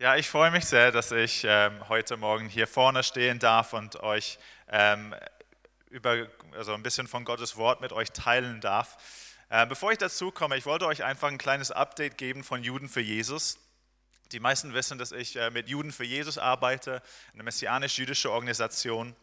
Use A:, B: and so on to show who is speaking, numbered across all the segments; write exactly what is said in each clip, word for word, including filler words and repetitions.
A: Ja, ich freue mich sehr, dass ich ähm, heute Morgen hier vorne stehen darf und euch ähm, über, also ein bisschen von Gottes Wort mit euch teilen darf. Äh, bevor ich dazu komme, ich wollte euch einfach ein kleines Update geben von Juden für Jesus. Die meisten wissen, dass ich äh, mit Juden für Jesus arbeite, eine messianisch-jüdische Organisation.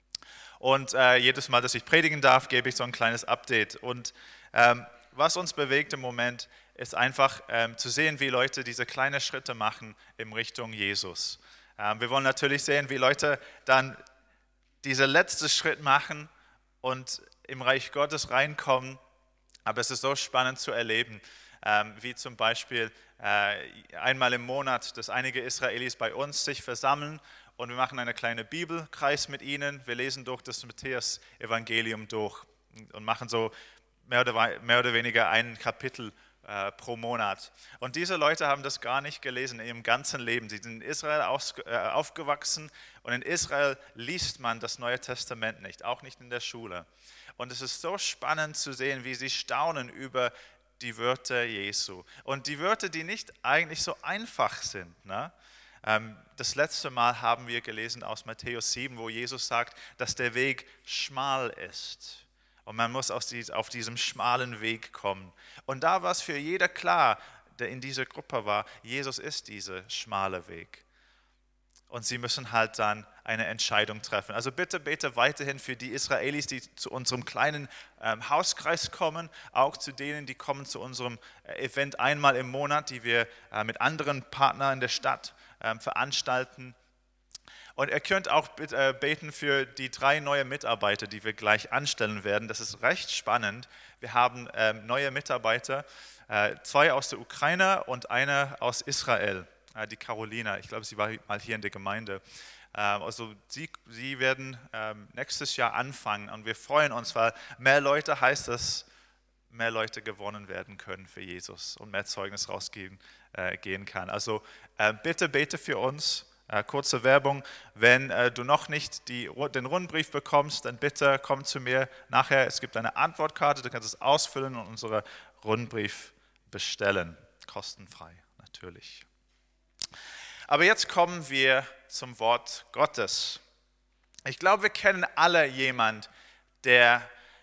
A: Und äh, jedes Mal, dass ich predigen darf, gebe ich so ein kleines Update. Und ähm, was uns bewegt im Moment, ist einfach ähm, zu sehen, wie Leute diese kleinen Schritte machen in Richtung Jesus. Ähm, wir wollen natürlich sehen, wie Leute dann diesen letzten Schritt machen und im Reich Gottes reinkommen. Aber es ist so spannend zu erleben, ähm, wie zum Beispiel äh, einmal im Monat, dass einige Israelis bei uns sich versammeln und wir machen eine kleine Bibelkreis mit ihnen. Wir lesen durch das Matthäus-Evangelium durch und machen so mehr oder, mehr oder weniger ein Kapitel äh, pro Monat. Und diese Leute haben das gar nicht gelesen in ihrem ganzen Leben. Sie sind in Israel aus, äh, aufgewachsen und in Israel liest man das Neue Testament nicht, auch nicht in der Schule. Und es ist so spannend zu sehen, wie sie staunen über die Wörter Jesu. Und die Wörter, die nicht eigentlich so einfach sind. Ne? Das letzte Mal haben wir gelesen aus Matthäus sieben, wo Jesus sagt, dass der Weg schmal ist. Und man muss auf diesem schmalen Weg kommen. Und da war es für jeder klar, der in dieser Gruppe war, Jesus ist dieser schmale Weg. Und sie müssen halt dann eine Entscheidung treffen. Also bitte bete weiterhin für die Israelis, die zu unserem kleinen ähm, Hauskreis kommen, auch zu denen, die kommen zu unserem äh, Event einmal im Monat, die wir äh, mit anderen Partnern in der Stadt ähm, veranstalten. Und ihr könnt auch äh, beten für die drei neue Mitarbeiter, die wir gleich anstellen werden. Das ist recht spannend. Wir haben ähm, neue Mitarbeiter, äh, zwei aus der Ukraine und eine aus Israel. Die Carolina, ich glaube, sie war mal hier in der Gemeinde. Also sie, sie werden nächstes Jahr anfangen und wir freuen uns, weil mehr Leute heißt, dass mehr Leute gewonnen werden können für Jesus und mehr Zeugnis rausgehen äh, gehen kann. Also äh, bitte bete für uns. Äh, kurze Werbung, wenn äh, du noch nicht die, den Rundbrief bekommst, dann bitte komm zu mir nachher. Es gibt eine Antwortkarte, du kannst es ausfüllen und unseren Rundbrief bestellen. Kostenfrei, natürlich. Aber jetzt kommen wir zum Wort Gottes. Ich glaube, wir kennen alle jemanden, der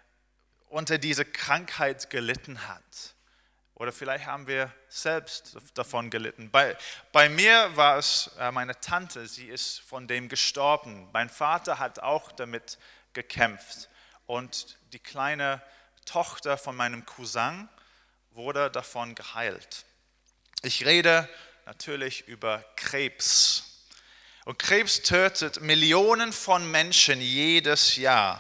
A: unter dieser Krankheit gelitten hat. Oder vielleicht haben wir selbst davon gelitten. Bei, bei mir war es meine Tante, sie ist von dem gestorben. Mein Vater hat auch damit gekämpft. Und die kleine Tochter von meinem Cousin wurde davon geheilt. Ich rede natürlich über Krebs. Und Krebs tötet Millionen von Menschen jedes Jahr.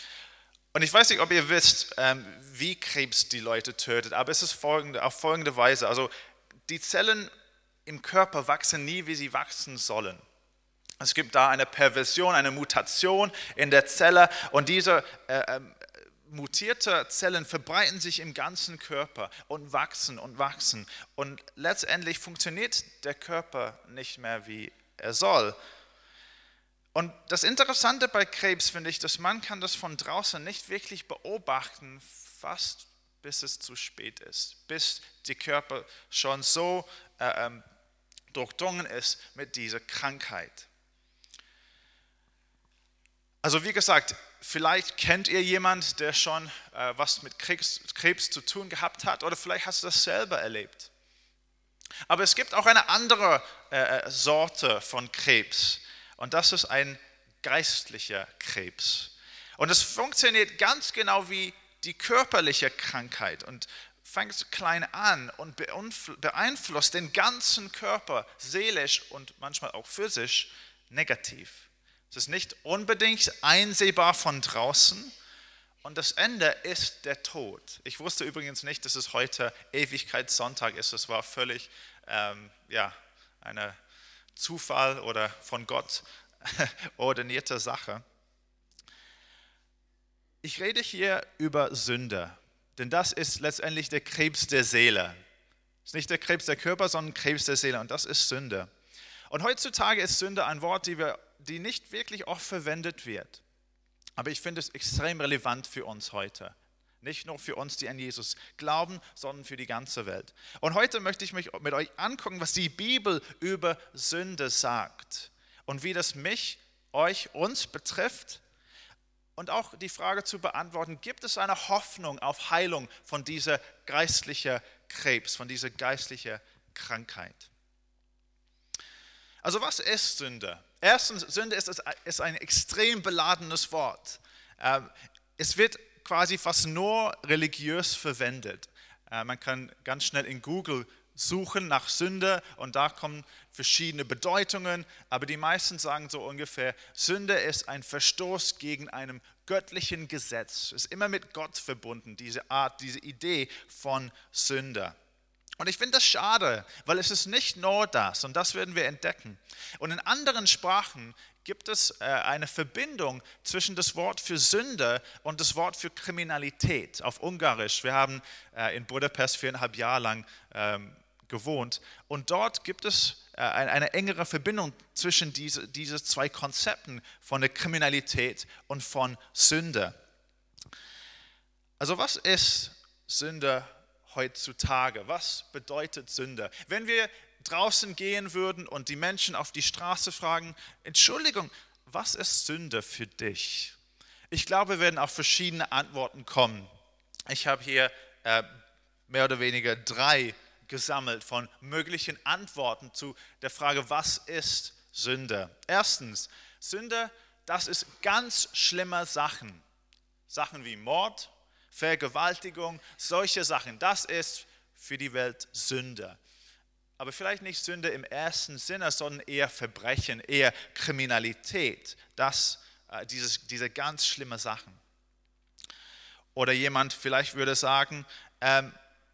A: Und ich weiß nicht, ob ihr wisst, wie Krebs die Leute tötet, aber es ist folgende, auf folgende Weise. Also die Zellen im Körper wachsen nie, wie sie wachsen sollen. Es gibt da eine Perversion, eine Mutation in der Zelle und diese äh, mutierte Zellen verbreiten sich im ganzen Körper und wachsen und wachsen. Und letztendlich funktioniert der Körper nicht mehr, wie er soll. Und das Interessante bei Krebs finde ich, dass man kann das von draußen nicht wirklich beobachten, fast bis es zu spät ist, bis der Körper schon so äh, durchdrungen ist mit dieser Krankheit. Also wie gesagt, vielleicht kennt ihr jemanden, der schon äh, was mit Krebs, Krebs zu tun gehabt hat oder vielleicht hast du das selber erlebt. Aber es gibt auch eine andere äh, Sorte von Krebs und das ist ein geistlicher Krebs. Und es funktioniert ganz genau wie die körperliche Krankheit und fängt klein an und beeinflusst den ganzen Körper, seelisch und manchmal auch physisch, negativ. Es ist nicht unbedingt einsehbar von draußen und das Ende ist der Tod. Ich wusste übrigens nicht, dass es heute Ewigkeitssonntag ist. Das war völlig ähm, ja, eine Zufall oder von Gott ordinierte Sache. Ich rede hier über Sünde, denn das ist letztendlich der Krebs der Seele. Es ist nicht der Krebs der Körper, sondern Krebs der Seele und das ist Sünde. Und heutzutage ist Sünde ein Wort, die, wir, die nicht wirklich oft verwendet wird. Aber ich finde es extrem relevant für uns heute. Nicht nur für uns, die an Jesus glauben, sondern für die ganze Welt. Und heute möchte ich mich mit euch angucken, was die Bibel über Sünde sagt und wie das mich, euch, uns betrifft. Und auch die Frage zu beantworten, gibt es eine Hoffnung auf Heilung von dieser geistlichen Krebs, von dieser geistlichen Krankheit? Also was ist Sünde? Erstens, Sünde ist, ist ein extrem beladenes Wort. Es wird quasi fast nur religiös verwendet. Man kann ganz schnell in Google suchen nach Sünde und da kommen verschiedene Bedeutungen, aber die meisten sagen so ungefähr, Sünde ist ein Verstoß gegen einem göttlichen Gesetz. Ist immer mit Gott verbunden, diese Art, diese Idee von Sünde. Und ich finde das schade, weil es ist nicht nur das und das werden wir entdecken. Und in anderen Sprachen gibt es äh, eine Verbindung zwischen das Wort für Sünde und das Wort für Kriminalität auf Ungarisch. Wir haben äh, in Budapest viereinhalb Jahre lang ähm, gewohnt und dort gibt es äh, eine, eine engere Verbindung zwischen diese, diese zwei Konzepten von der Kriminalität und von Sünde. Also was ist Sünde heutzutage? Was bedeutet Sünde? Wenn wir draußen gehen würden und die Menschen auf die Straße fragen, Entschuldigung, was ist Sünde für dich? Ich glaube, wir werden auf verschiedene Antworten kommen. Ich habe hier äh, mehr oder weniger drei gesammelt von möglichen Antworten zu der Frage, was ist Sünde? Erstens, Sünde, das ist ganz schlimme Sachen. Sachen wie Mord, Vergewaltigung, solche Sachen. Das ist für die Welt Sünde. Aber vielleicht nicht Sünde im ersten Sinne, sondern eher Verbrechen, eher Kriminalität. Das, äh, dieses, diese ganz schlimme Sachen. Oder jemand vielleicht würde sagen, ähm,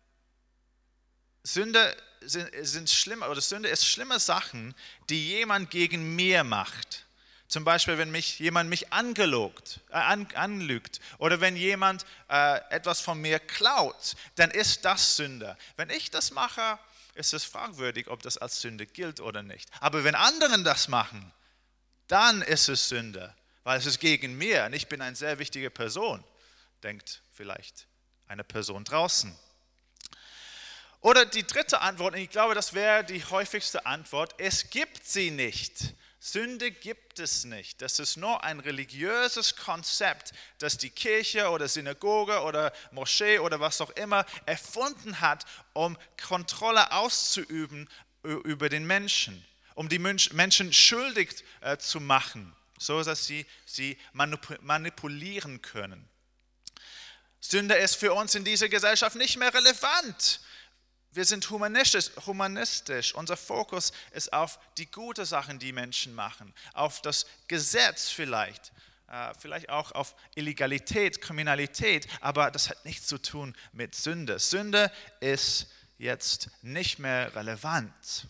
A: Sünde sind, sind schlimme, oder Sünde ist schlimme Sachen, die jemand gegen mir macht. Zum Beispiel, wenn mich jemand mich angelogt, äh, an, anlügt oder wenn jemand äh, etwas von mir klaut, dann ist das Sünde. Wenn ich das mache, ist es fragwürdig, ob das als Sünde gilt oder nicht. Aber wenn anderen das machen, dann ist es Sünde, weil es ist gegen mir und ich bin eine sehr wichtige Person, denkt vielleicht eine Person draußen. Oder die dritte Antwort, und ich glaube, das wäre die häufigste Antwort, es gibt sie nicht. Sünde gibt es nicht. Das ist nur ein religiöses Konzept, das die Kirche oder Synagoge oder Moschee oder was auch immer erfunden hat, um Kontrolle auszuüben über den Menschen, um die Menschen schuldig äh, zu machen, so dass sie sie manipulieren können. Sünde ist für uns in dieser Gesellschaft nicht mehr relevant. Wir sind humanistisch, humanistisch. Unser Fokus ist auf die guten Sachen, die Menschen machen, auf das Gesetz vielleicht, äh, vielleicht auch auf Illegalität, Kriminalität, aber das hat nichts zu tun mit Sünde. Sünde ist jetzt nicht mehr relevant.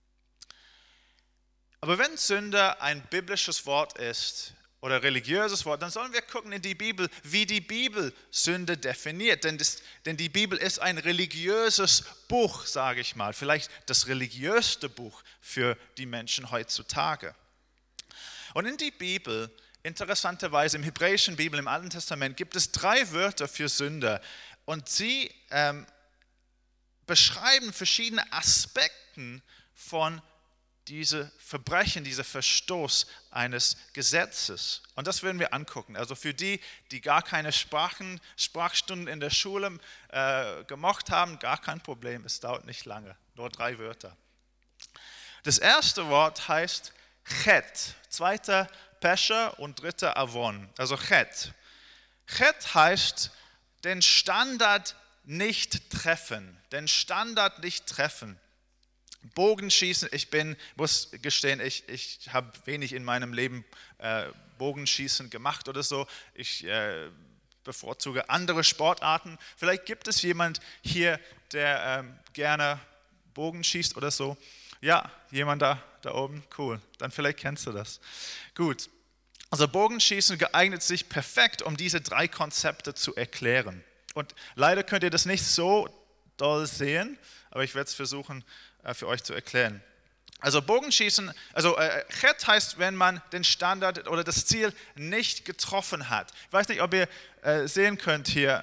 A: Aber wenn Sünde ein biblisches Wort ist, oder religiöses Wort, dann sollen wir gucken in die Bibel, wie die Bibel Sünde definiert. Denn, das, denn die Bibel ist ein religiöses Buch, sage ich mal. Vielleicht das religiöste Buch für die Menschen heutzutage. Und in die Bibel, interessanterweise im hebräischen Bibel, im Alten Testament, gibt es drei Wörter für Sünde. Und sie ähm, beschreiben verschiedene Aspekte von diese Verbrechen, dieser Verstoß eines Gesetzes. Und das werden wir angucken. Also für die, die gar keine Sprachen, Sprachstunden in der Schule äh, gemocht haben, gar kein Problem, es dauert nicht lange, nur drei Wörter. Das erste Wort heißt Chet, zweiter Pesher und dritter Avon, also Chet. Chet heißt den Standard nicht treffen, den Standard nicht treffen. Bogenschießen, ich bin, muss gestehen, ich, ich habe wenig in meinem Leben äh, Bogenschießen gemacht oder so. Ich äh, bevorzuge andere Sportarten. Vielleicht gibt es jemand hier, der ähm, gerne Bogenschießt oder so. Ja, jemand da, da oben, cool. Dann vielleicht kennst du das. Gut, also Bogenschießen geeignet sich perfekt, um diese drei Konzepte zu erklären. Und leider könnt ihr das nicht so doll sehen, aber ich werde es versuchen, für euch zu erklären. Also Bogenschießen, also äh, Chet heißt, wenn man den Standard oder das Ziel nicht getroffen hat. Ich weiß nicht, ob ihr äh, sehen könnt hier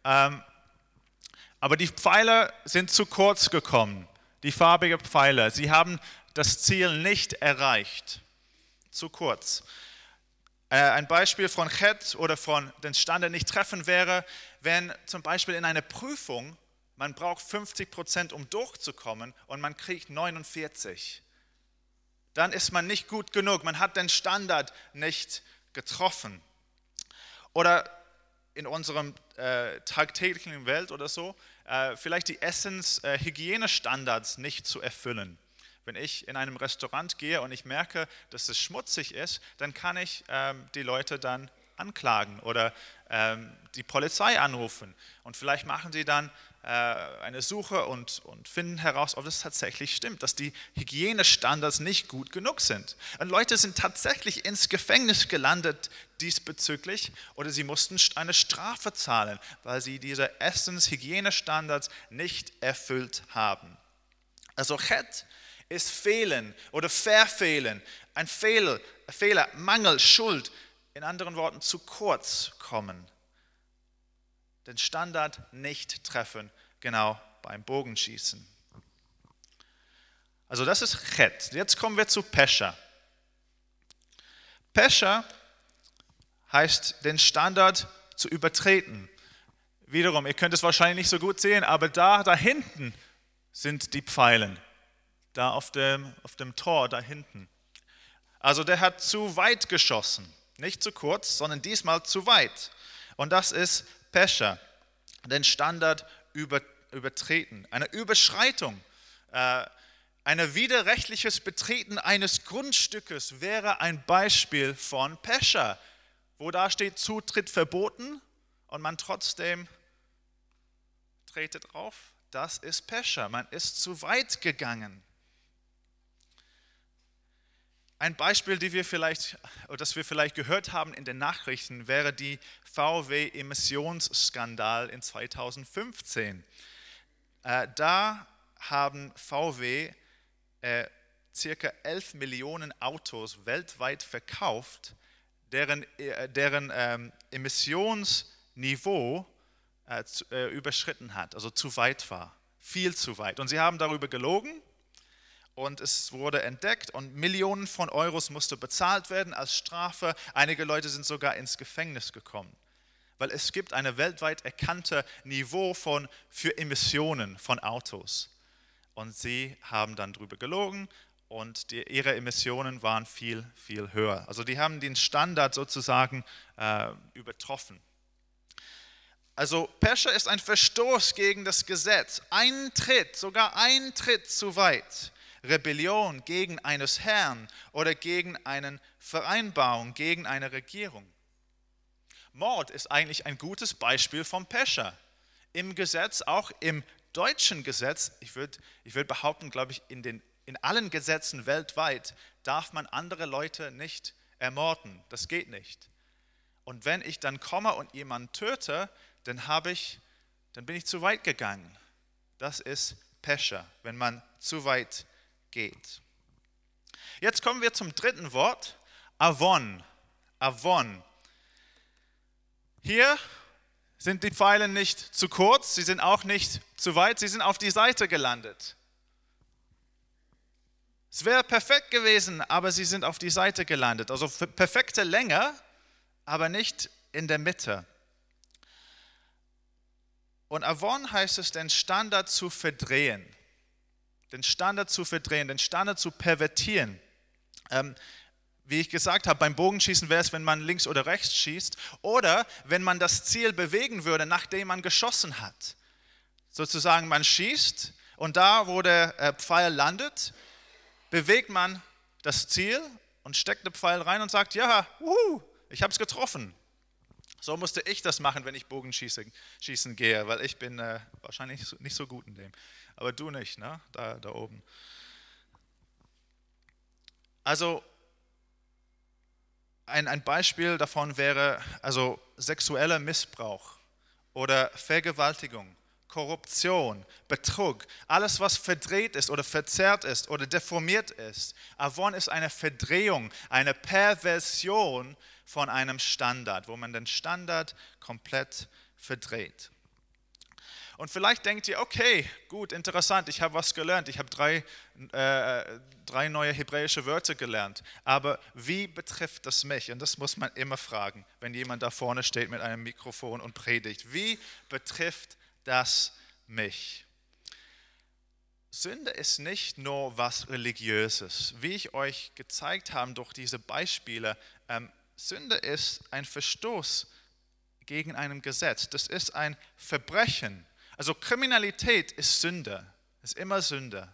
A: Ähm, aber die Pfeiler sind zu kurz gekommen, die farbigen Pfeiler. Sie haben das Ziel nicht erreicht, zu kurz. Äh, ein Beispiel von Chet oder von den Standard nicht treffen wäre, wenn zum Beispiel in einer Prüfung man braucht fünfzig Prozent, um durchzukommen und man kriegt neunundvierzig. Dann ist man nicht gut genug, man hat den Standard nicht getroffen. Oder in unserem äh, tagtäglichen Welt oder so, äh, vielleicht die Essens-Hygienestandards äh, nicht zu erfüllen. Wenn ich in einem Restaurant gehe und ich merke, dass es schmutzig ist, dann kann ich ähm, die Leute dann anklagen oder ähm, die Polizei anrufen. Und vielleicht machen sie dann äh, eine Suche und, und finden heraus, ob es tatsächlich stimmt, dass die Hygienestandards nicht gut genug sind. Und Leute sind tatsächlich ins Gefängnis gelandet diesbezüglich oder sie mussten eine Strafe zahlen, weil sie diese Essens-Hygienestandards nicht erfüllt haben. Also Chet ist Fehlen oder Verfehlen, ein Fehler, Fehler, Mangel, Schuld, in anderen Worten zu kurz kommen. Den Standard nicht treffen, genau beim Bogenschießen. Also das ist Chet. Jetzt kommen wir zu Pesha. Pesha heißt, den Standard zu übertreten. Wiederum, ihr könnt es wahrscheinlich nicht so gut sehen, aber da, da hinten sind die Pfeilen. Da auf dem, auf dem Tor, da hinten. Also der hat zu weit geschossen. Nicht zu kurz, sondern diesmal zu weit. Und das ist Pesha, den Standard über, übertreten. Eine Überschreitung, äh, ein widerrechtliches Betreten eines Grundstückes wäre ein Beispiel von Pesha, wo da steht Zutritt verboten und man trotzdem tretet drauf. Das ist Pesha, man ist zu weit gegangen. Ein Beispiel, die wir vielleicht, oder das wir vielleicht gehört haben in den Nachrichten, wäre die V W-Emissionsskandal in zweitausendfünfzehn. Äh, da haben V W äh, circa elf Millionen Autos weltweit verkauft, deren, äh, deren ähm, Emissionsniveau äh, zu, äh, überschritten hat, also zu weit war, viel zu weit. Und sie haben darüber gelogen. Und es wurde entdeckt und Millionen von Euros musste bezahlt werden als Strafe. Einige Leute sind sogar ins Gefängnis gekommen, weil es gibt ein weltweit erkanntes Niveau von, für Emissionen von Autos. Und sie haben dann darüber gelogen und die, ihre Emissionen waren viel, viel höher. Also die haben den Standard sozusagen äh, übertroffen. Also Pesha ist ein Verstoß gegen das Gesetz. Ein Tritt, sogar ein Tritt zu weit. Rebellion gegen eines Herrn oder gegen eine Vereinbarung, gegen eine Regierung. Mord ist eigentlich ein gutes Beispiel von Pesha. Im Gesetz, auch im deutschen Gesetz, ich würde ich würd behaupten, glaube ich, in, den, in allen Gesetzen weltweit darf man andere Leute nicht ermorden. Das geht nicht. Und wenn ich dann komme und jemanden töte, dann, habe ich, dann bin ich zu weit gegangen. Das ist Pesha, wenn man zu weit geht. Geht. Jetzt kommen wir zum dritten Wort, Avon. Avon. Hier sind die Pfeile nicht zu kurz, sie sind auch nicht zu weit, sie sind auf die Seite gelandet. Es wäre perfekt gewesen, aber sie sind auf die Seite gelandet. Also perfekte Länge, aber nicht in der Mitte. Und Avon heißt es, den Standard zu verdrehen. Den Standard zu verdrehen, den Standard zu pervertieren. Ähm, wie ich gesagt habe, beim Bogenschießen wäre es, wenn man links oder rechts schießt oder wenn man das Ziel bewegen würde, nachdem man geschossen hat. Sozusagen, man schießt und da, wo der äh, Pfeil landet, bewegt man das Ziel und steckt den Pfeil rein und sagt, ja, wuhu, ich habe es getroffen. So musste ich das machen, wenn ich Bogenschießen schießen gehe, weil ich bin äh, wahrscheinlich nicht so, nicht so gut in dem. Aber du nicht, ne? Da, da oben. Also ein, ein Beispiel davon wäre also sexueller Missbrauch oder Vergewaltigung, Korruption, Betrug, alles was verdreht ist oder verzerrt ist oder deformiert ist. Avon ist eine Verdrehung, eine Perversion von einem Standard, wo man den Standard komplett verdreht. Und vielleicht denkt ihr, okay, gut, interessant, ich habe was gelernt, ich habe drei, äh, drei neue hebräische Wörter gelernt, aber wie betrifft das mich? Und das muss man immer fragen, wenn jemand da vorne steht mit einem Mikrofon und predigt. Wie betrifft das mich? Sünde ist nicht nur was Religiöses. Wie ich euch gezeigt habe durch diese Beispiele, ähm, Sünde ist ein Verstoß gegen ein Gesetz. Das ist ein Verbrechen. Also Kriminalität ist Sünde, ist immer Sünde.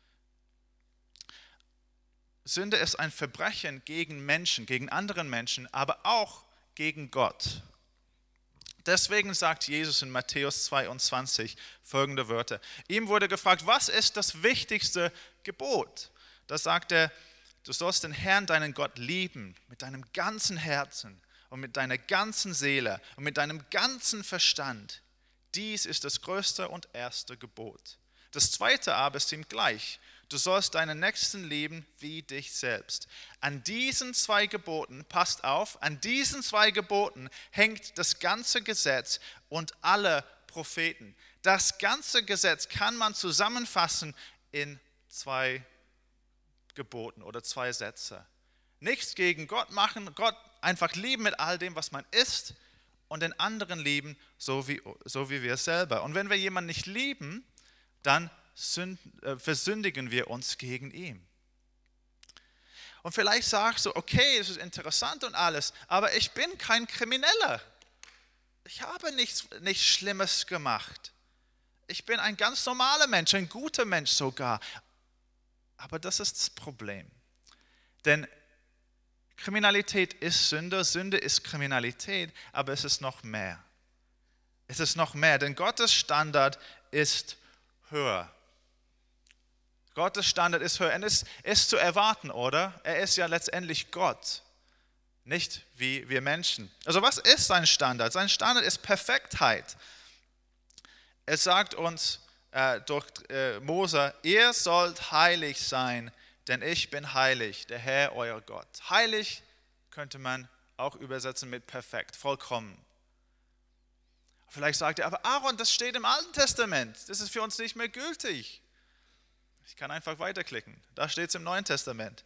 A: Sünde ist ein Verbrechen gegen Menschen, gegen anderen Menschen, aber auch gegen Gott. Deswegen sagt Jesus in Matthäus zweiundzwanzig folgende Wörter. Ihm wurde gefragt, was ist das wichtigste Gebot? Da sagt er, du sollst den Herrn, deinen Gott, lieben mit deinem ganzen Herzen und mit deiner ganzen Seele und mit deinem ganzen Verstand. Dies ist das größte und erste Gebot. Das zweite aber ist ihm gleich. Du sollst deinen Nächsten lieben wie dich selbst. An diesen zwei Geboten, passt auf, an diesen zwei Geboten hängt das ganze Gesetz und alle Propheten. Das ganze Gesetz kann man zusammenfassen in zwei Geboten oder zwei Sätze. Nichts gegen Gott machen, Gott einfach lieben mit all dem, was man ist, und den anderen lieben, so wie, so wie wir selber. Und wenn wir jemanden nicht lieben, dann sünden, äh, versündigen wir uns gegen ihn. Und vielleicht sagst du, okay, es ist interessant und alles, aber ich bin kein Krimineller. Ich habe nichts, nichts Schlimmes gemacht. Ich bin ein ganz normaler Mensch, ein guter Mensch sogar. Aber das ist das Problem. Denn Kriminalität ist Sünde, Sünde ist Kriminalität, aber es ist noch mehr. Es ist noch mehr, denn Gottes Standard ist höher. Gottes Standard ist höher und es ist zu erwarten, oder? Er ist ja letztendlich Gott, nicht wie wir Menschen. Also was ist sein Standard? Sein Standard ist Perfektheit. Er sagt uns äh, durch äh, Mose, ihr sollt heilig sein, denn ich bin heilig, der Herr, euer Gott. Heilig könnte man auch übersetzen mit perfekt, vollkommen. Vielleicht sagt er, aber Aaron, das steht im Alten Testament. Das ist für uns nicht mehr gültig. Ich kann einfach weiterklicken. Da steht es im Neuen Testament.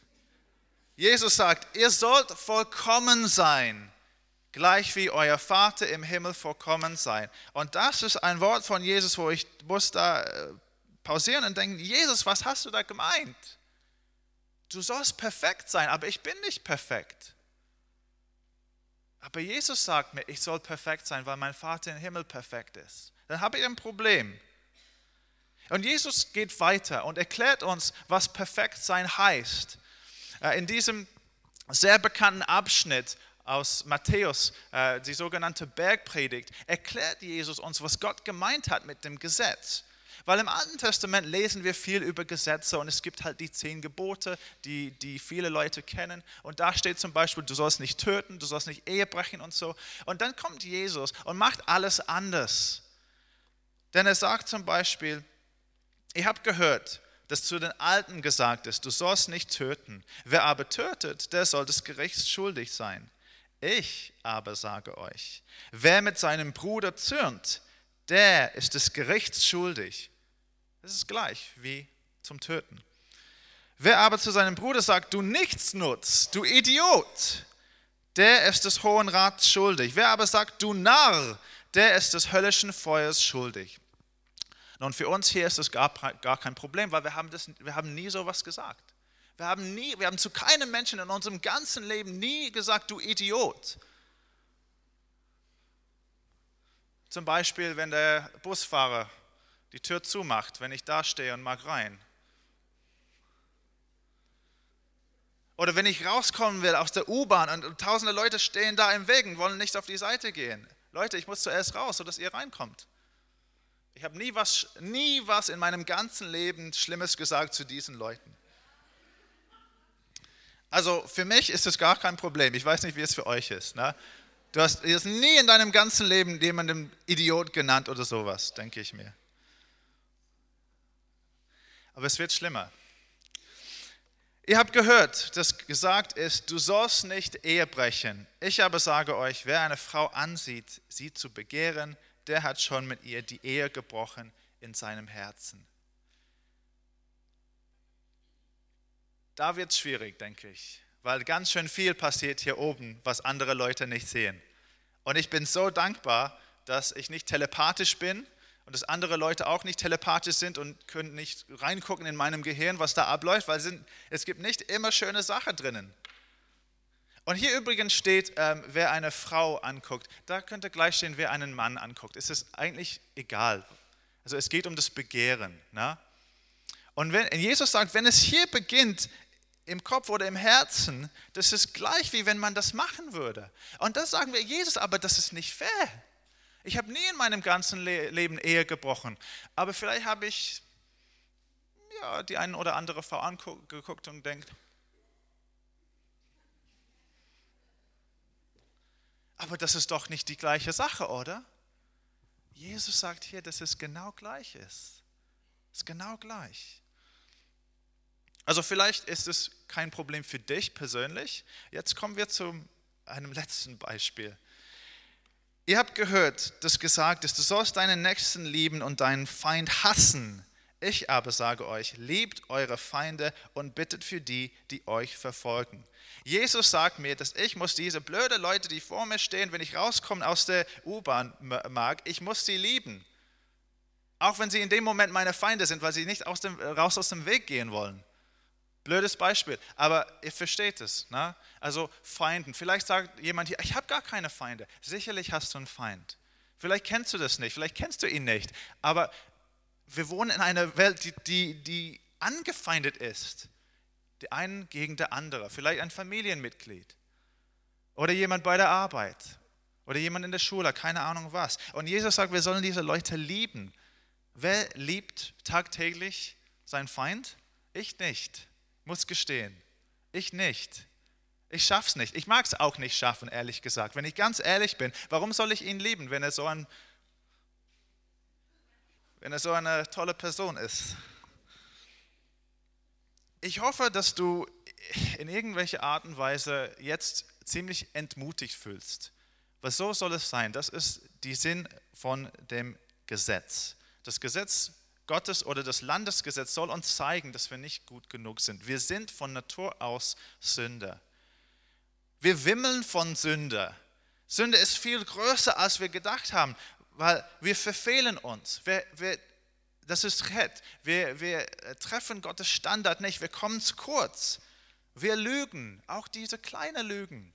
A: Jesus sagt, ihr sollt vollkommen sein, gleich wie euer Vater im Himmel vollkommen sein. Und das ist ein Wort von Jesus, wo ich muss da pausieren und denken, Jesus, was hast du da gemeint? Du sollst perfekt sein, aber ich bin nicht perfekt. Aber Jesus sagt mir, ich soll perfekt sein, weil mein Vater im Himmel perfekt ist. Dann habe ich ein Problem. Und Jesus geht weiter und erklärt uns, was perfekt sein heißt. In diesem sehr bekannten Abschnitt aus Matthäus, die sogenannte Bergpredigt, erklärt Jesus uns, was Gott gemeint hat mit dem Gesetz. Weil im Alten Testament lesen wir viel über Gesetze und es gibt halt die zehn Gebote, die, die viele Leute kennen. Und da steht zum Beispiel, du sollst nicht töten, du sollst nicht Ehe brechen und so. Und dann kommt Jesus und macht alles anders. Denn er sagt zum Beispiel, ihr habt gehört, dass zu den Alten gesagt ist, du sollst nicht töten. Wer aber tötet, der soll des Gerichts schuldig sein. Ich aber sage euch, wer mit seinem Bruder zürnt, der ist des Gerichts schuldig. Das ist gleich wie zum Töten. Wer aber zu seinem Bruder sagt, du Nichtsnutz, du Idiot, der ist des Hohen Rats schuldig. Wer aber sagt, du Narr, der ist des höllischen Feuers schuldig. Und für uns hier ist das gar, gar kein Problem, weil wir haben, das, wir haben nie sowas gesagt. Wir haben, nie, wir haben zu keinem Menschen in unserem ganzen Leben nie gesagt, du Idiot. Zum Beispiel, wenn der Busfahrer die Tür zumacht, wenn ich da stehe und mag rein. Oder wenn ich rauskommen will aus der U-Bahn und, und tausende Leute stehen da im Weg und wollen nicht auf die Seite gehen. Leute, ich muss zuerst raus, sodass ihr reinkommt. Ich habe nie was, nie was in meinem ganzen Leben Schlimmes gesagt zu diesen Leuten. Also für mich ist es gar kein Problem. Ich weiß nicht, wie es für euch ist. Ne? Du hast, du hast nie in deinem ganzen Leben jemanden Idiot genannt oder sowas, denke ich mir. Aber es wird schlimmer. Ihr habt gehört, dass gesagt ist, du sollst nicht Ehe brechen. Ich aber sage euch, wer eine Frau ansieht, sie zu begehren, der hat schon mit ihr die Ehe gebrochen in seinem Herzen. Da wird es schwierig, denke ich, weil ganz schön viel passiert hier oben, was andere Leute nicht sehen. Und ich bin so dankbar, dass ich nicht telepathisch bin und dass andere Leute auch nicht telepathisch sind und können nicht reingucken in meinem Gehirn, was da abläuft, weil es gibt nicht immer schöne Sachen drinnen. Und hier übrigens steht, ähm, wer eine Frau anguckt. Da könnte gleich stehen, wer einen Mann anguckt. Es ist eigentlich egal. Also es geht um das Begehren. Ne? Und wenn Jesus sagt, wenn es hier beginnt, im Kopf oder im Herzen, das ist gleich wie wenn man das machen würde. Und das sagen wir Jesus, aber das ist nicht fair. Ich habe nie in meinem ganzen Le- Leben Ehe gebrochen, aber vielleicht habe ich ja, die eine oder andere Frau angeguckt und denkt, aber das ist doch nicht die gleiche Sache, oder? Jesus sagt hier, dass es genau gleich ist. Es ist genau gleich. Also vielleicht ist es kein Problem für dich persönlich. Jetzt kommen wir zu einem letzten Beispiel. Ihr habt gehört, dass gesagt ist, du sollst deinen Nächsten lieben und deinen Feind hassen. Ich aber sage euch, liebt eure Feinde und bittet für die, die euch verfolgen. Jesus sagt mir, dass ich muss diese blöden Leute, die vor mir stehen, wenn ich rauskomme aus der U-Bahn mag, ich muss sie lieben. Auch wenn sie in dem Moment meine Feinde sind, weil sie nicht aus dem, raus aus dem Weg gehen wollen. Blödes Beispiel, aber ihr versteht es. Ne? Also Feinden. Vielleicht sagt jemand hier, ich habe gar keine Feinde. Sicherlich hast du einen Feind. Vielleicht kennst du das nicht, vielleicht kennst du ihn nicht. Aber wir wohnen in einer Welt, die, die, die angefeindet ist. Der einen gegen der andere. Vielleicht ein Familienmitglied. Oder jemand bei der Arbeit. Oder jemand in der Schule, keine Ahnung was. Und Jesus sagt, wir sollen diese Leute lieben. Wer liebt tagtäglich seinen Feind? Ich nicht. Muss gestehen, ich nicht. Ich schaff's nicht. Ich mag es auch nicht schaffen, ehrlich gesagt. Wenn ich ganz ehrlich bin, warum soll ich ihn lieben, wenn er so, ein, wenn er so eine tolle Person ist? Ich hoffe, dass du in irgendwelcher Art und Weise jetzt ziemlich entmutigt fühlst. Weil so soll es sein. Das ist der Sinn von dem Gesetz. Das Gesetz Gottes oder das Landesgesetz soll uns zeigen, dass wir nicht gut genug sind. Wir sind von Natur aus Sünder. Wir wimmeln von Sünde. Sünde ist viel größer, als wir gedacht haben, weil wir verfehlen uns. Wir, wir, das ist Red. Wir, wir treffen Gottes Standard nicht. Wir kommen zu kurz. Wir lügen, auch diese kleinen Lügen.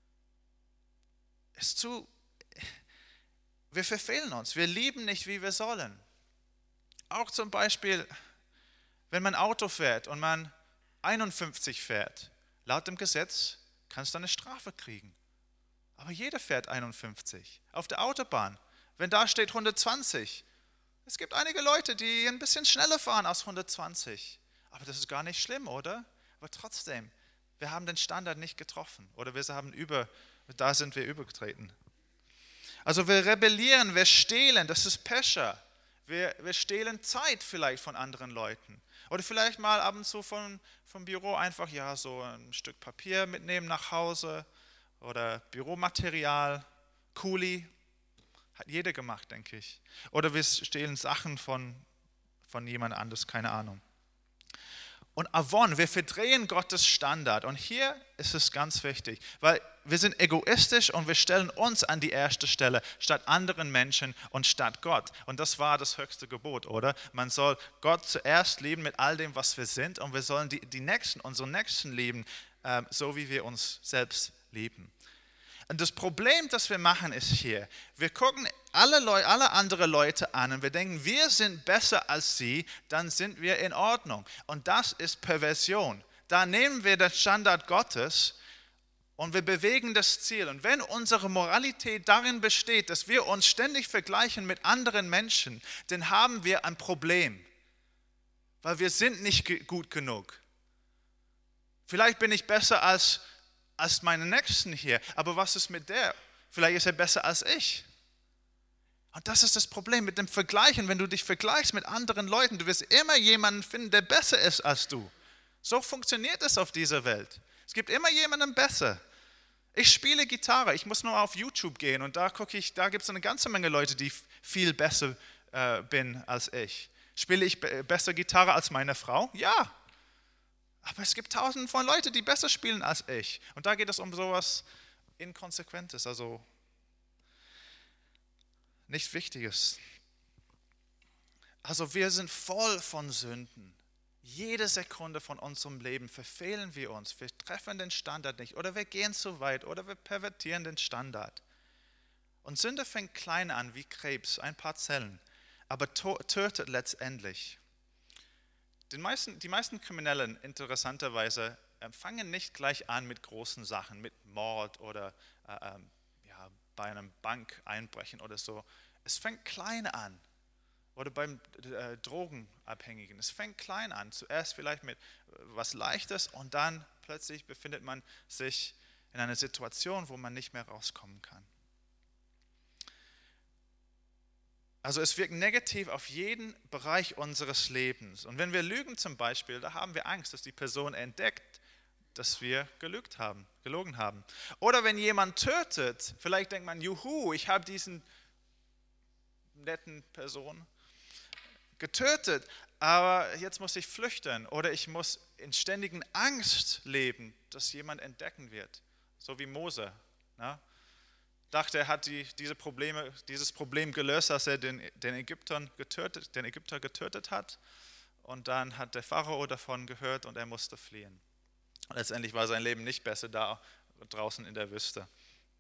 A: Ist zu, wir verfehlen uns. Wir lieben nicht, wie wir sollen. Auch zum Beispiel, wenn man Auto fährt und man einundfünfzig fährt, laut dem Gesetz kannst du eine Strafe kriegen. Aber jeder fährt einundfünfzig. Auf der Autobahn, wenn da steht hundertzwanzig, es gibt einige Leute, die ein bisschen schneller fahren als hundertzwanzig. Aber das ist gar nicht schlimm, oder? Aber trotzdem, wir haben den Standard nicht getroffen. Oder wir haben über, da sind wir übergetreten. Also wir rebellieren, wir stehlen, das ist Pescher. Wir, wir stehlen Zeit vielleicht von anderen Leuten. Oder vielleicht mal ab und zu von, vom Büro einfach ja, so ein Stück Papier mitnehmen nach Hause oder Büromaterial, Kuli, hat jeder gemacht, denke ich. Oder wir stehlen Sachen von, von jemand anderes, keine Ahnung. Und Avon, wir verdrehen Gottes Standard. Und hier ist es ganz wichtig, weil wir sind egoistisch und wir stellen uns an die erste Stelle statt anderen Menschen und statt Gott. Und das war das höchste Gebot, oder? Man soll Gott zuerst lieben mit all dem, was wir sind, und wir sollen die, die Nächsten, unsere Nächsten lieben, äh, so wie wir uns selbst lieben. Und das Problem, das wir machen, ist hier, wir gucken alle, Leu- alle andere Leute an und wir denken, wir sind besser als sie, dann sind wir in Ordnung. Und das ist Perversion. Da nehmen wir den Standard Gottes und wir bewegen das Ziel. Und wenn unsere Moralität darin besteht, dass wir uns ständig vergleichen mit anderen Menschen, dann haben wir ein Problem, weil wir sind nicht ge- gut genug. Vielleicht bin ich besser als als meine Nächsten hier. Aber was ist mit der? Vielleicht ist er besser als ich. Und das ist das Problem mit dem Vergleichen. Wenn du dich vergleichst mit anderen Leuten, du wirst immer jemanden finden, der besser ist als du. So funktioniert es auf dieser Welt. Es gibt immer jemanden besser. Ich spiele Gitarre, ich muss nur auf YouTube gehen und da gucke ich, da gibt es eine ganze Menge Leute, die viel besser äh, bin als ich. Spiele ich be- besser Gitarre als meine Frau? Ja. Aber es gibt tausende von Leuten, die besser spielen als ich. Und da geht es um sowas Inkonsequentes, also nicht Wichtiges. Also wir sind voll von Sünden. Jede Sekunde von unserem Leben verfehlen wir uns. Wir treffen den Standard nicht oder wir gehen zu weit oder wir pervertieren den Standard. Und Sünde fängt klein an wie Krebs, ein paar Zellen, aber tötet letztendlich. Die meisten, die meisten Kriminellen, interessanterweise, fangen nicht gleich an mit großen Sachen, mit Mord oder äh, ja, bei einem Bankeinbrechen oder so. Es fängt klein an. Oder beim äh, Drogenabhängigen. Es fängt klein an. Zuerst vielleicht mit äh, was Leichtes und dann plötzlich befindet man sich in einer Situation, wo man nicht mehr rauskommen kann. Also es wirkt negativ auf jeden Bereich unseres Lebens. Und wenn wir lügen zum Beispiel, da haben wir Angst, dass die Person entdeckt, dass wir gelügt haben, gelogen haben. Oder wenn jemand tötet, vielleicht denkt man, juhu, ich habe diesen netten Person getötet, aber jetzt muss ich flüchten oder ich muss in ständigen Angst leben, dass jemand entdecken wird. So wie Mose. Ne? Dachte, er hat die, diese Probleme, dieses Problem gelöst, dass er den, den, Ägyptern getötet, den Ägypter getötet hat. Und dann hat der Pharao davon gehört und er musste fliehen. Letztendlich war sein Leben nicht besser da draußen in der Wüste.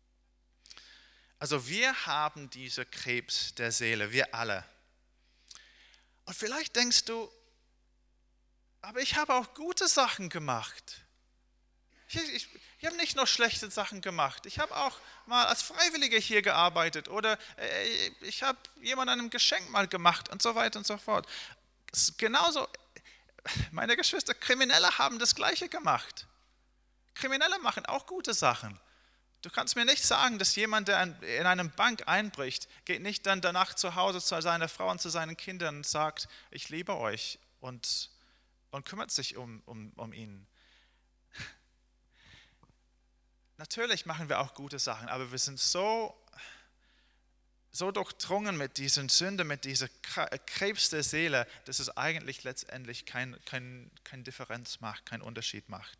A: Also wir haben diese Krebs der Seele, wir alle. Und vielleicht denkst du, aber ich habe auch gute Sachen gemacht. Ich, ich, ich habe nicht nur schlechte Sachen gemacht. Ich habe auch mal als Freiwilliger hier gearbeitet oder äh, ich habe jemandem ein Geschenk mal gemacht und so weiter und so fort. Genauso, meine Geschwister, Kriminelle haben das Gleiche gemacht. Kriminelle machen auch gute Sachen. Du kannst mir nicht sagen, dass jemand, der in eine Bank einbricht, geht nicht dann danach zu Hause zu seiner Frau und zu seinen Kindern und sagt, ich liebe euch und, und kümmert sich um, um, um ihn. Natürlich machen wir auch gute Sachen, aber wir sind so, so durchdrungen mit dieser Sünde, mit dieser Krebs der Seele, dass es eigentlich letztendlich keine kein, kein Differenz macht, keinen Unterschied macht.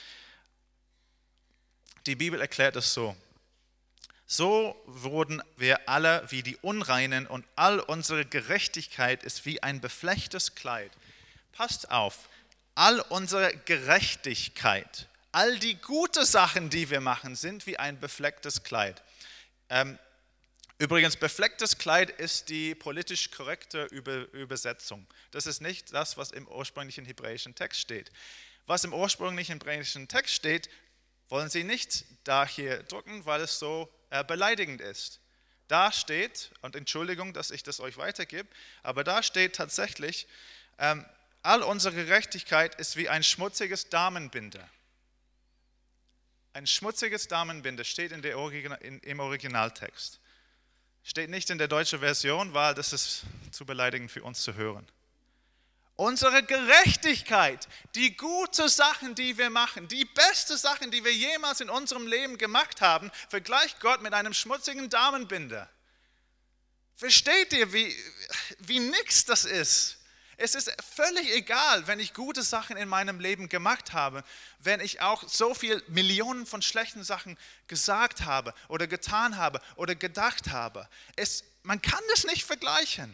A: Die Bibel erklärt es so. So wurden wir alle wie die Unreinen und all unsere Gerechtigkeit ist wie ein beflechtes Kleid. Passt auf, all unsere Gerechtigkeit, all die guten Sachen, die wir machen, sind wie ein beflecktes Kleid. Ähm, übrigens, beflecktes Kleid ist die politisch korrekte Übersetzung. Das ist nicht das, was im ursprünglichen hebräischen Text steht. Was im ursprünglichen hebräischen Text steht, wollen Sie nicht da hier drucken, weil es so äh, beleidigend ist. Da steht, und Entschuldigung, dass ich das euch weitergebe, aber da steht tatsächlich, ähm, all unsere Gerechtigkeit ist wie ein schmutziges Damenbinder. Ein schmutziges Damenbinder steht in der Original, in, im Originaltext. Steht nicht in der deutschen Version, weil das ist zu beleidigend für uns zu hören. Unsere Gerechtigkeit, die guten Sachen, die wir machen, die besten Sachen, die wir jemals in unserem Leben gemacht haben, vergleicht Gott mit einem schmutzigen Damenbinder. Versteht ihr, wie, wie nix das ist? Es ist völlig egal, wenn ich gute Sachen in meinem Leben gemacht habe, wenn ich auch so viel Millionen von schlechten Sachen gesagt habe oder getan habe oder gedacht habe. Es, man kann das nicht vergleichen.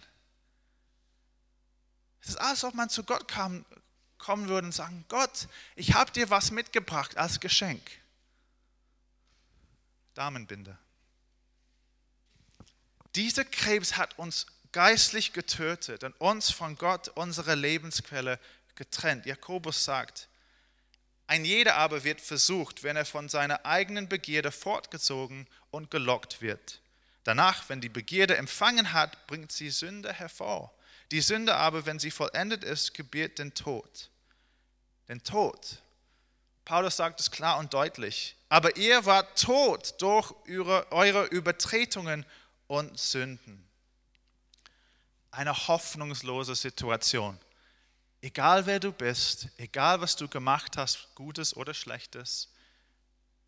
A: Es ist, als ob man zu Gott kam, kommen würde und sagen, Gott, ich habe dir was mitgebracht als Geschenk. Damenbinder. Dieser Krebs hat uns geistlich getötet und uns von Gott, unsere Lebensquelle, getrennt. Jakobus sagt, ein jeder aber wird versucht, wenn er von seiner eigenen Begierde fortgezogen und gelockt wird. Danach, wenn die Begierde empfangen hat, bringt sie Sünde hervor. Die Sünde aber, wenn sie vollendet ist, gebiert den Tod. Den Tod. Paulus sagt es klar und deutlich. Aber ihr wart tot durch eure Übertretungen und Sünden. Eine hoffnungslose Situation. Egal wer du bist, egal was du gemacht hast, Gutes oder Schlechtes,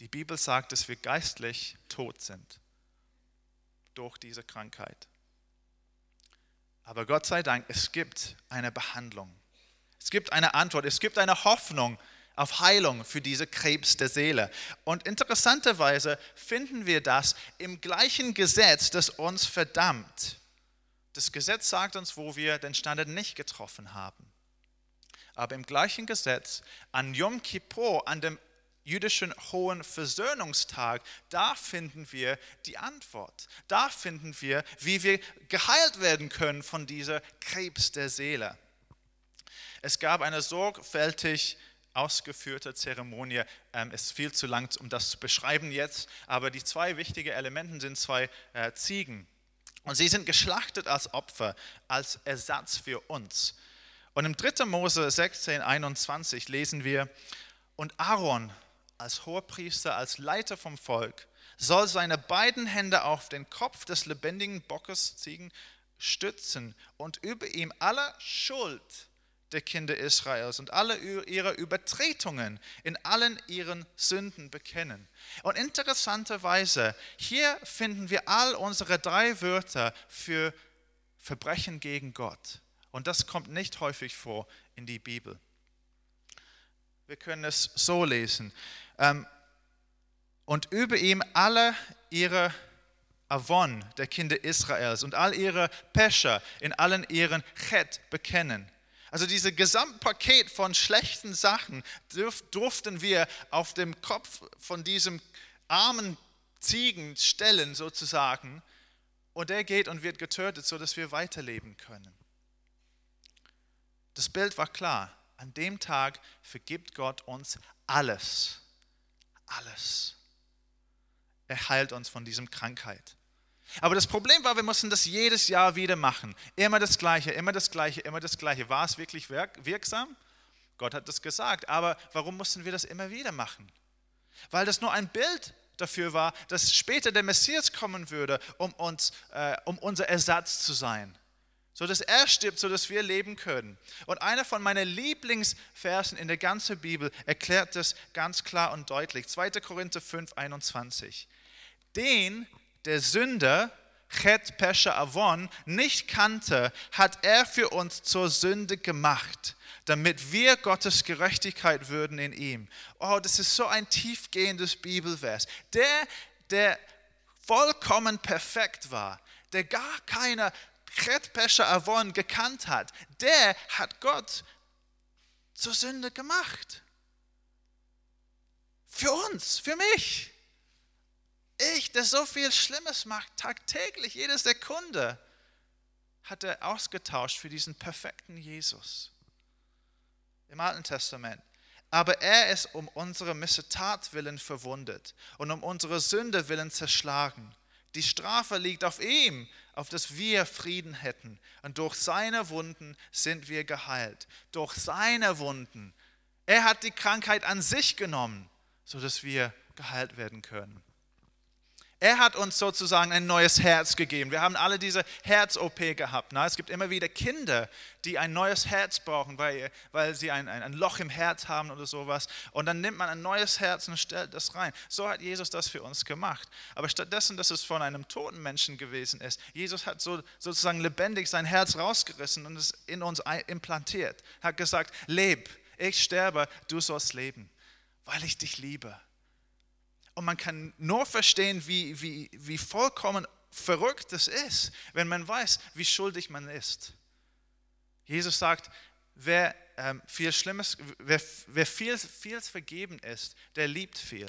A: Die Bibel sagt, dass wir geistlich tot sind durch diese Krankheit. Aber Gott sei Dank, es gibt eine Behandlung. Es gibt eine Antwort, es gibt eine Hoffnung auf Heilung für diese Krebs der Seele. Und interessanterweise finden wir das im gleichen Gesetz, das uns verdammt. Das Gesetz sagt uns, wo wir den Standard nicht getroffen haben. Aber im gleichen Gesetz, an Yom Kippur, an dem jüdischen Hohen Versöhnungstag, da finden wir die Antwort. Da finden wir, wie wir geheilt werden können von dieser Krebs der Seele. Es gab eine sorgfältig ausgeführte Zeremonie. Es ist viel zu lang, um das zu beschreiben jetzt, aber die zwei wichtigen Elemente sind zwei äh, Ziegen. Und sie sind geschlachtet als Opfer, als Ersatz für uns. Und im dritten Mose sechzehn, einundzwanzig lesen wir, und Aaron als Hohepriester, als Leiter vom Volk, soll seine beiden Hände auf den Kopf des lebendigen Bockes, Ziegen, stützen und über ihm aller Schuld der Kinder Israels und alle ihre Übertretungen in allen ihren Sünden bekennen. Und interessanterweise, hier finden wir all unsere drei Wörter für Verbrechen gegen Gott. Und das kommt nicht häufig vor in die Bibel. Wir können es so lesen. Und über ihm alle ihre Avon der Kinder Israels und all ihre Pescher in allen ihren Chet bekennen. Also dieses Gesamtpaket von schlechten Sachen dürf, durften wir auf dem Kopf von diesem armen Ziegen stellen sozusagen. Und er geht und wird getötet, sodass wir weiterleben können. Das Bild war klar. An dem Tag vergibt Gott uns alles. Alles. Er heilt uns von dieser Krankheit. Aber das Problem war, wir mussten das jedes Jahr wieder machen. Immer das Gleiche, immer das Gleiche, immer das Gleiche. War es wirklich wirksam? Gott hat das gesagt. Aber warum mussten wir das immer wieder machen? Weil das nur ein Bild dafür war, dass später der Messias kommen würde, um, uns, äh, um unser Ersatz zu sein. So dass er stirbt, so dass wir leben können. Und einer von meinen Lieblingsversen in der ganzen Bibel erklärt das ganz klar und deutlich. zweiter Korinther fünf, einundzwanzig. Den der Sünder, Chet Pesha Avon, nicht kannte, hat er für uns zur Sünde gemacht, damit wir Gottes Gerechtigkeit würden in ihm. Oh, das ist so ein tiefgehendes Bibelvers. Der, der vollkommen perfekt war, der gar keine Chet Pesha Avon gekannt hat, der hat Gott zur Sünde gemacht. Für uns, für mich. Ich, der so viel Schlimmes macht, tagtäglich, jede Sekunde, hat er ausgetauscht für diesen perfekten Jesus. Im Alten Testament. Aber er ist um unsere Missetat willen verwundet und um unsere Sünde willen zerschlagen. Die Strafe liegt auf ihm, auf dass wir Frieden hätten. Und durch seine Wunden sind wir geheilt. Durch seine Wunden. Er hat die Krankheit an sich genommen, sodass wir geheilt werden können. Er hat uns sozusagen ein neues Herz gegeben. Wir haben alle diese Herz-O P gehabt. Es gibt immer wieder Kinder, die ein neues Herz brauchen, weil, weil sie ein, ein, ein Loch im Herz haben oder sowas. Und dann nimmt man ein neues Herz und stellt das rein. So hat Jesus das für uns gemacht. Aber stattdessen, dass es von einem toten Menschen gewesen ist, Jesus hat so, sozusagen lebendig sein Herz rausgerissen und es in uns implantiert. Hat gesagt, leb, ich sterbe, du sollst leben, weil ich dich liebe. Und man kann nur verstehen, wie, wie, wie vollkommen verrückt es ist, wenn man weiß, wie schuldig man ist. Jesus sagt, wer, ähm, viel Schlimmes, wer, wer viel, viel vergeben ist, der liebt viel.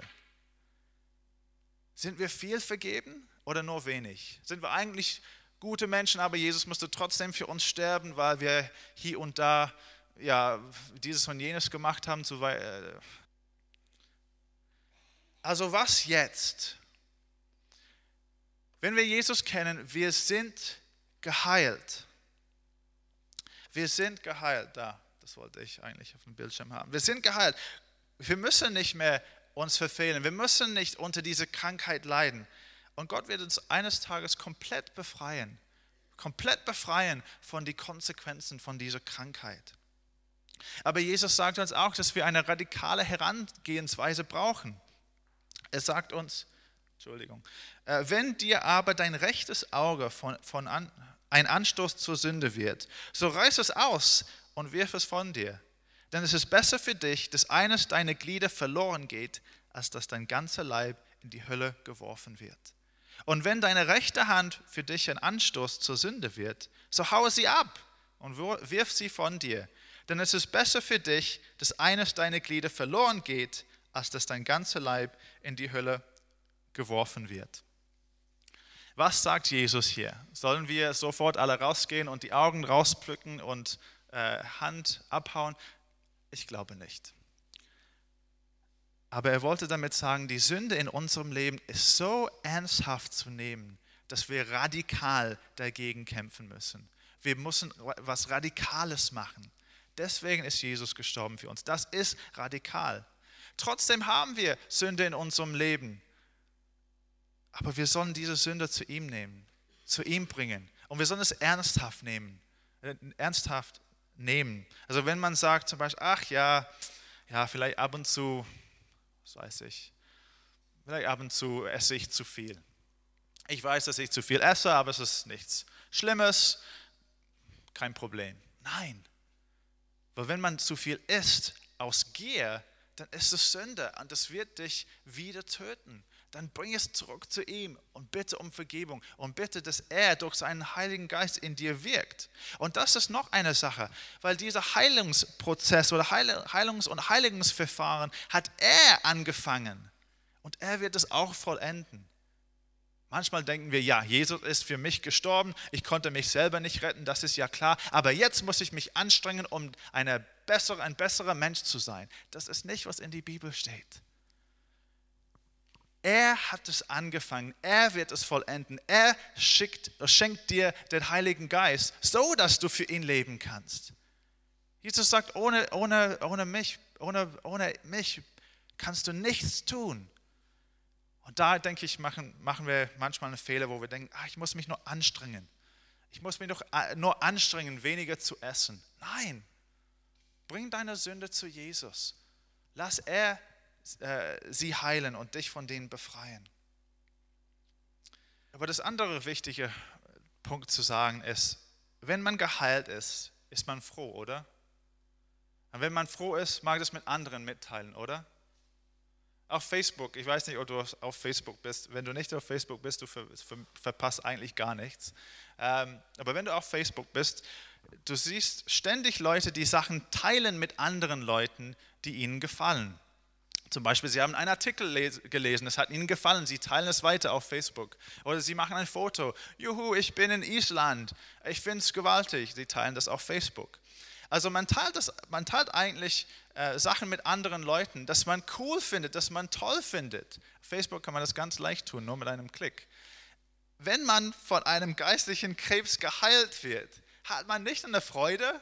A: Sind wir viel vergeben oder nur wenig? Sind wir eigentlich gute Menschen, aber Jesus musste trotzdem für uns sterben, weil wir hier und da ja, dieses und jenes gemacht haben, zu weit. Äh, Also was jetzt? Wenn wir Jesus kennen, wir sind geheilt. Wir sind geheilt. Da, das wollte ich eigentlich auf dem Bildschirm haben. Wir sind geheilt. Wir müssen nicht mehr uns verfehlen. Wir müssen nicht unter dieser Krankheit leiden. Und Gott wird uns eines Tages komplett befreien. Komplett befreien von den Konsequenzen von dieser Krankheit. Aber Jesus sagt uns auch, dass wir eine radikale Herangehensweise brauchen. Er sagt uns, Entschuldigung, äh, wenn dir aber dein rechtes Auge von, von an, ein Anstoß zur Sünde wird, so reiß es aus und wirf es von dir. Denn es ist besser für dich, dass eines deiner Glieder verloren geht, als dass dein ganzer Leib in die Hölle geworfen wird. Und wenn deine rechte Hand für dich ein Anstoß zur Sünde wird, so haue sie ab und wirf sie von dir. Denn es ist besser für dich, dass eines deiner Glieder verloren geht, als dass dein ganzer Leib in die Hölle geworfen wird. Was sagt Jesus hier? Sollen wir sofort alle rausgehen und die Augen rauspflücken und äh, Hand abhauen? Ich glaube nicht. Aber er wollte damit sagen, die Sünde in unserem Leben ist so ernsthaft zu nehmen, dass wir radikal dagegen kämpfen müssen. Wir müssen was Radikales machen. Deswegen ist Jesus gestorben für uns. Das ist radikal. Trotzdem haben wir Sünde in unserem Leben. Aber wir sollen diese Sünde zu ihm nehmen, zu ihm bringen. Und wir sollen es ernsthaft nehmen. Äh, ernsthaft nehmen. Also wenn man sagt zum Beispiel, ach ja, ja, vielleicht ab und zu, was weiß ich, vielleicht ab und zu esse ich zu viel. Ich weiß, dass ich zu viel esse, aber es ist nichts Schlimmes, kein Problem. Nein, weil wenn man zu viel isst aus Gier, dann ist es Sünde und das wird dich wieder töten. Dann bring es zurück zu ihm und bitte um Vergebung und bitte, dass er durch seinen Heiligen Geist in dir wirkt. Und das ist noch eine Sache, weil dieser Heilungsprozess oder Heilungs- und Heiligungsverfahren hat er angefangen und er wird es auch vollenden. Manchmal denken wir, ja, Jesus ist für mich gestorben, ich konnte mich selber nicht retten, das ist ja klar, aber jetzt muss ich mich anstrengen, um eine bessere, ein besserer Mensch zu sein. Das ist nicht, was in die Bibel steht. Er hat es angefangen, er wird es vollenden, er schickt, schenkt dir den Heiligen Geist, so dass du für ihn leben kannst. Jesus sagt, ohne, ohne, ohne, mich, ohne, ohne mich kannst du nichts tun. Und da, denke ich, machen, machen wir manchmal einen Fehler, wo wir denken, ach, ich muss mich nur anstrengen. Ich muss mich doch nur anstrengen, weniger zu essen. Nein, bring deine Sünde zu Jesus. Lass er sie heilen und dich von denen befreien. Aber das andere wichtige Punkt zu sagen ist, wenn man geheilt ist, ist man froh, oder? Und wenn man froh ist, mag das mit anderen mitteilen, oder? Auf Facebook, ich weiß nicht, ob du auf Facebook bist. Wenn du nicht auf Facebook bist, du ver, ver, verpasst eigentlich gar nichts. Ähm, aber wenn du auf Facebook bist, du siehst ständig Leute, die Sachen teilen mit anderen Leuten, die ihnen gefallen. Zum Beispiel, sie haben einen Artikel gelesen, es hat ihnen gefallen, sie teilen es weiter auf Facebook. Oder sie machen ein Foto, juhu, ich bin in Island, ich finde es gewaltig, sie teilen das auf Facebook. Also man teilt, das, man teilt eigentlich äh, Sachen mit anderen Leuten, dass man cool findet, dass man toll findet. Auf Facebook kann man das ganz leicht tun, nur mit einem Klick. Wenn man von einem geistlichen Krebs geheilt wird, hat man nicht eine Freude?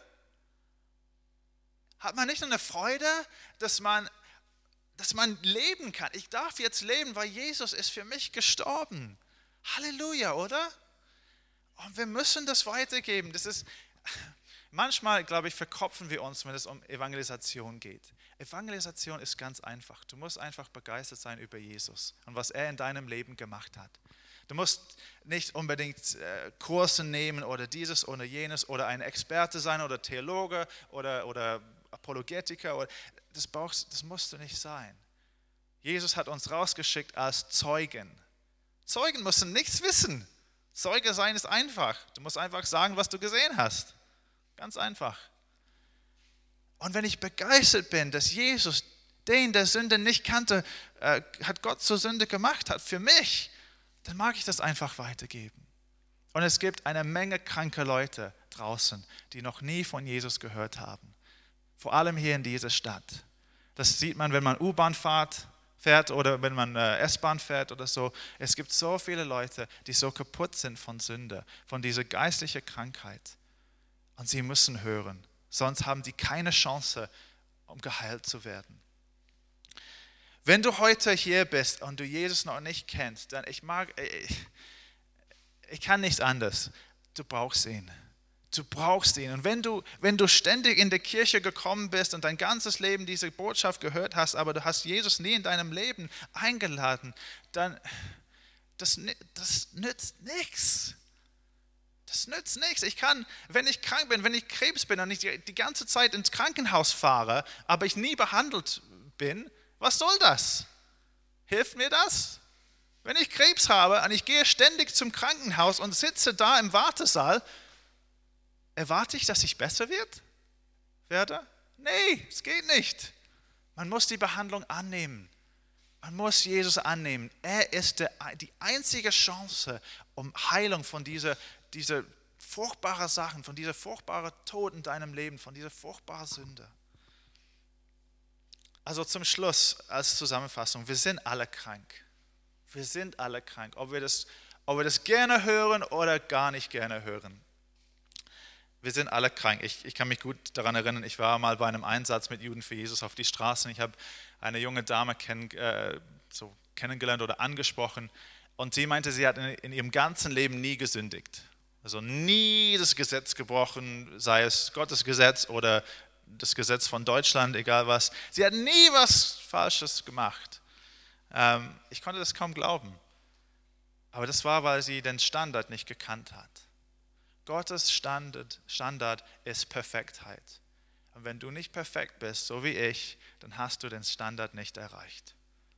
A: Hat man nicht eine Freude, dass man dass man leben kann. Ich darf jetzt leben, weil Jesus ist für mich gestorben. Halleluja, oder? Und wir müssen das weitergeben. Das ist, manchmal, glaube ich, verkopfen wir uns, wenn es um Evangelisation geht. Evangelisation ist ganz einfach. Du musst einfach begeistert sein über Jesus und was er in deinem Leben gemacht hat. Du musst nicht unbedingt äh, Kurse nehmen oder dieses oder jenes oder ein Experte sein oder Theologe oder, oder Apologetiker. Oder, das, brauchst, das musst du nicht sein. Jesus hat uns rausgeschickt als Zeugen. Zeugen müssen nichts wissen. Zeuge sein ist einfach. Du musst einfach sagen, was du gesehen hast. Ganz einfach. Und wenn ich begeistert bin, dass Jesus, den der Sünde nicht kannte, äh, hat Gott zur Sünde gemacht hat für mich, dann mag ich das einfach weitergeben. Und es gibt eine Menge kranke Leute draußen, die noch nie von Jesus gehört haben. Vor allem hier in dieser Stadt. Das sieht man, wenn man U-Bahn fährt, fährt oder wenn man äh, S-Bahn fährt oder so. Es gibt so viele Leute, die so kaputt sind von Sünde, von dieser geistlichen Krankheit. Und sie müssen hören. Sonst haben die keine Chance, um geheilt zu werden. Wenn du heute hier bist und du Jesus noch nicht kennst, dann ich mag, ich, ich kann nichts anderes. Du brauchst ihn. Du brauchst ihn. Und wenn du, wenn du ständig in die Kirche gekommen bist und dein ganzes Leben diese Botschaft gehört hast, aber du hast Jesus nie in deinem Leben eingeladen, dann das, das nützt nichts. Das nützt nichts. Ich kann, wenn ich krank bin, wenn ich Krebs bin und ich die, die ganze Zeit ins Krankenhaus fahre, aber ich nie behandelt bin, was soll das? Hilft mir das? Wenn ich Krebs habe und ich gehe ständig zum Krankenhaus und sitze da im Wartesaal, erwarte ich, dass ich besser wird, werde? Nee, es geht nicht. Man muss die Behandlung annehmen. Man muss Jesus annehmen. Er ist der, die einzige Chance, um Heilung von dieser, dieser furchtbaren Sachen, von dieser furchtbaren Tod in deinem Leben, von dieser furchtbaren Sünde. Also zum Schluss als Zusammenfassung, wir sind alle krank. Wir sind alle krank, ob wir das, ob wir das gerne hören oder gar nicht gerne hören. Wir sind alle krank. Ich, ich kann mich gut daran erinnern, ich war mal bei einem Einsatz mit Juden für Jesus auf die Straße und ich habe eine junge Dame kenn, äh, so kennengelernt oder angesprochen und sie meinte, sie hat in, in ihrem ganzen Leben nie gesündigt. Also nie das Gesetz gebrochen, sei es Gottes Gesetz oder das Gesetz von Deutschland, egal was. Sie hat nie was Falsches gemacht. Ähm, ich konnte das kaum glauben. Aber das war, weil sie den Standard nicht gekannt hat. Gottes Standard, Standard ist Perfektheit. Und wenn du nicht perfekt bist, so wie ich, dann hast du den Standard nicht erreicht.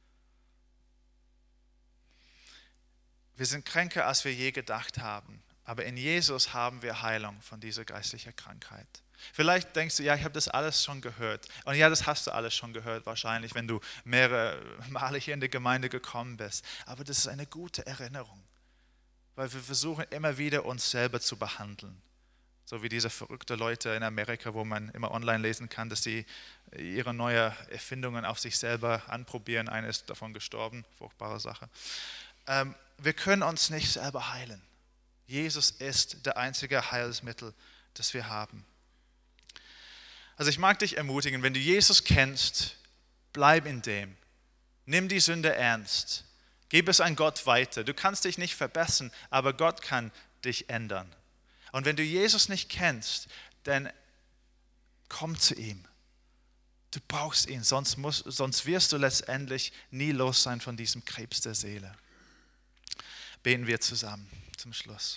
A: Wir sind kränker, als wir je gedacht haben. Aber in Jesus haben wir Heilung von dieser geistlichen Krankheit. Vielleicht denkst du, ja, ich habe das alles schon gehört. Und ja, das hast du alles schon gehört, wahrscheinlich, wenn du mehrere Male hier in die Gemeinde gekommen bist. Aber das ist eine gute Erinnerung. Weil wir versuchen immer wieder, uns selber zu behandeln. So wie diese verrückten Leute in Amerika, wo man immer online lesen kann, dass sie ihre neuen Erfindungen auf sich selber anprobieren. Einer ist davon gestorben, furchtbare Sache. Ähm, wir können uns nicht selber heilen. Jesus ist der einzige Heilsmittel, das wir haben. Also ich mag dich ermutigen, wenn du Jesus kennst, bleib in dem. Nimm die Sünde ernst. Gib es an Gott weiter. Du kannst dich nicht verbessern, aber Gott kann dich ändern. Und wenn du Jesus nicht kennst, dann komm zu ihm. Du brauchst ihn, sonst, musst, sonst wirst du letztendlich nie los sein von diesem Krebs der Seele. Beten wir zusammen zum Schluss.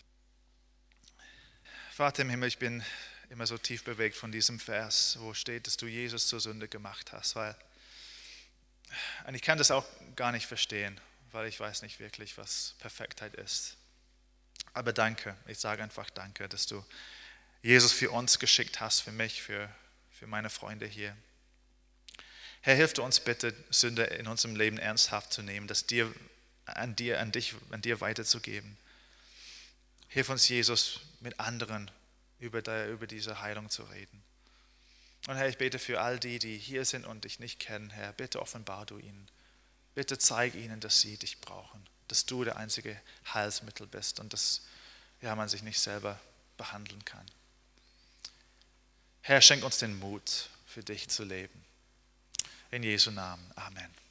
A: Vater im Himmel, ich bin immer so tief bewegt von diesem Vers, wo steht, dass du Jesus zur Sünde gemacht hast, weil und ich kann das auch gar nicht verstehen, weil ich weiß nicht wirklich, was Perfektheit ist. Aber danke, ich sage einfach danke, dass du Jesus für uns geschickt hast, für mich, für, für meine Freunde hier. Herr, hilf du uns bitte, Sünde in unserem Leben ernsthaft zu nehmen, das dir, an dir, an dich, an dir weiterzugeben. Hilf uns, Jesus, mit anderen über, der, über diese Heilung zu reden. Und Herr, ich bete für all die, die hier sind und dich nicht kennen, Herr, bitte offenbar du ihnen. Bitte zeig ihnen, dass sie dich brauchen, dass du der einzige Heilsmittel bist und dass ja, man sich nicht selber behandeln kann. Herr, schenk uns den Mut, für dich zu leben. In Jesu Namen. Amen.